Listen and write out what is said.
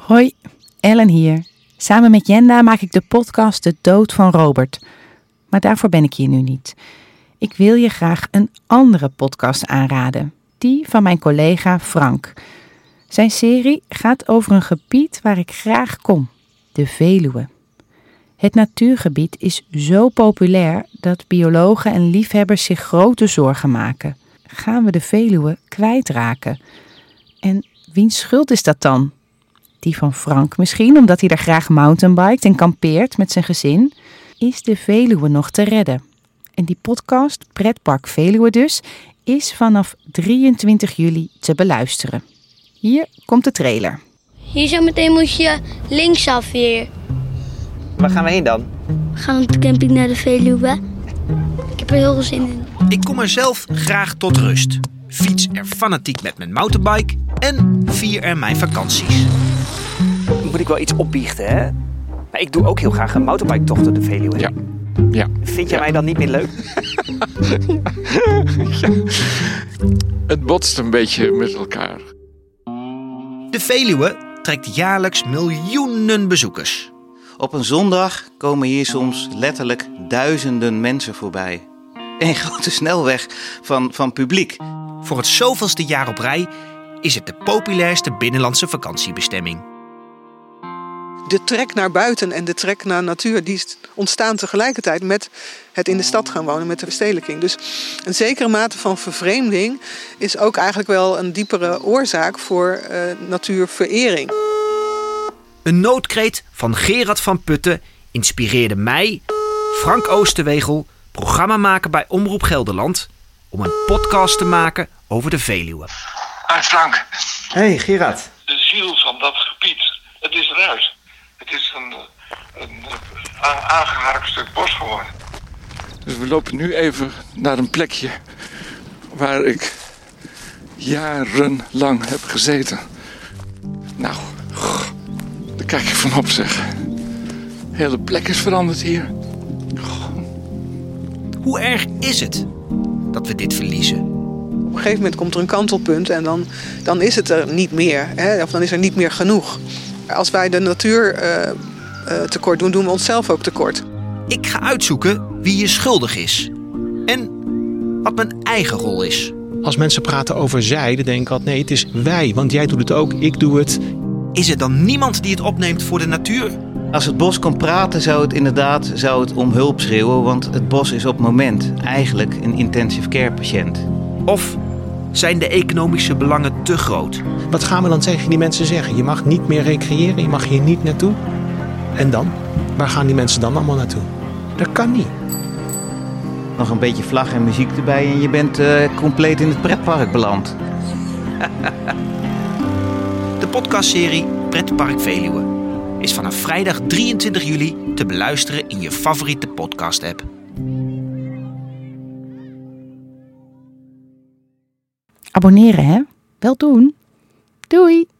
Hoi, Ellen hier. Samen met Jenda maak ik de podcast De Dood van Robert. Maar daarvoor ben ik hier nu niet. Ik wil je graag een andere podcast aanraden. Die van mijn collega Frank. Zijn serie gaat over een gebied waar ik graag kom. De Veluwe. Het natuurgebied is zo populair dat biologen en liefhebbers zich grote zorgen maken. Gaan we de Veluwe kwijtraken? En wiens schuld is dat dan? Die van Frank misschien, omdat hij er graag mountainbikt en kampeert met zijn gezin. Is de Veluwe nog te redden? En die podcast, Pretpark Veluwe dus, is vanaf 23 juli te beluisteren. Hier komt de trailer. Hier zo meteen moet je linksaf weer. Waar gaan we heen dan? We gaan op de camping naar de Veluwe. Ik heb er heel veel zin in. Ik kom er zelf graag tot rust. Fiets er fanatiek met mijn mountainbike en vier er mijn vakanties. Moet ik wel iets opbiechten, hè? Maar ik doe ook heel graag een mountainbike-tocht door de Veluwe. Ja. Vind jij mij dan niet meer leuk? Ja. Het botst een beetje met elkaar. De Veluwe trekt jaarlijks miljoenen bezoekers. Op een zondag komen hier soms letterlijk duizenden mensen voorbij. Een grote snelweg van publiek. Voor het zoveelste jaar op rij is het de populairste binnenlandse vakantiebestemming. De trek naar buiten en de trek naar natuur, die ontstaan tegelijkertijd met het in de stad gaan wonen, met de verstedelijking. Dus een zekere mate van vervreemding is ook eigenlijk wel een diepere oorzaak voor natuurverering. Een noodkreet van Gerard van Putten inspireerde mij, Frank Oosterwegel, programmamaker bij Omroep Gelderland, om een podcast te maken over de Veluwe. Frank. Hey Gerard. De ziel van dat gebied, het is eruit. Het is een aangeharkt stuk bos geworden. Dus we lopen nu even naar een plekje waar ik jarenlang heb gezeten. Nou, daar kijk ik van op zeg. De hele plek is veranderd hier. Hoe erg is het dat we dit verliezen? Op een gegeven moment komt er een kantelpunt en dan is het er niet meer. Hè? Of dan is er niet meer genoeg. Als wij de natuur tekort doen, doen we onszelf ook tekort. Ik ga uitzoeken wie hier schuldig is. En wat mijn eigen rol is. Als mensen praten over zij, dan denk ik altijd, nee, het is wij. Want jij doet het ook, ik doe het. Is er dan niemand die het opneemt voor de natuur? Als het bos kon praten, zou het om hulp schreeuwen. Want het bos is op het moment eigenlijk een intensive care patiënt. Of zijn de economische belangen te groot? Wat gaan we dan tegen die mensen zeggen? Je mag niet meer recreëren, je mag hier niet naartoe. En dan? Waar gaan die mensen dan allemaal naartoe? Dat kan niet. Nog een beetje vlag en muziek erbij en je bent compleet in het pretpark beland. De podcastserie Pretpark Veluwe is vanaf vrijdag 23 juli te beluisteren in je favoriete podcast-app. Abonneren hè? Wel doen. Doei!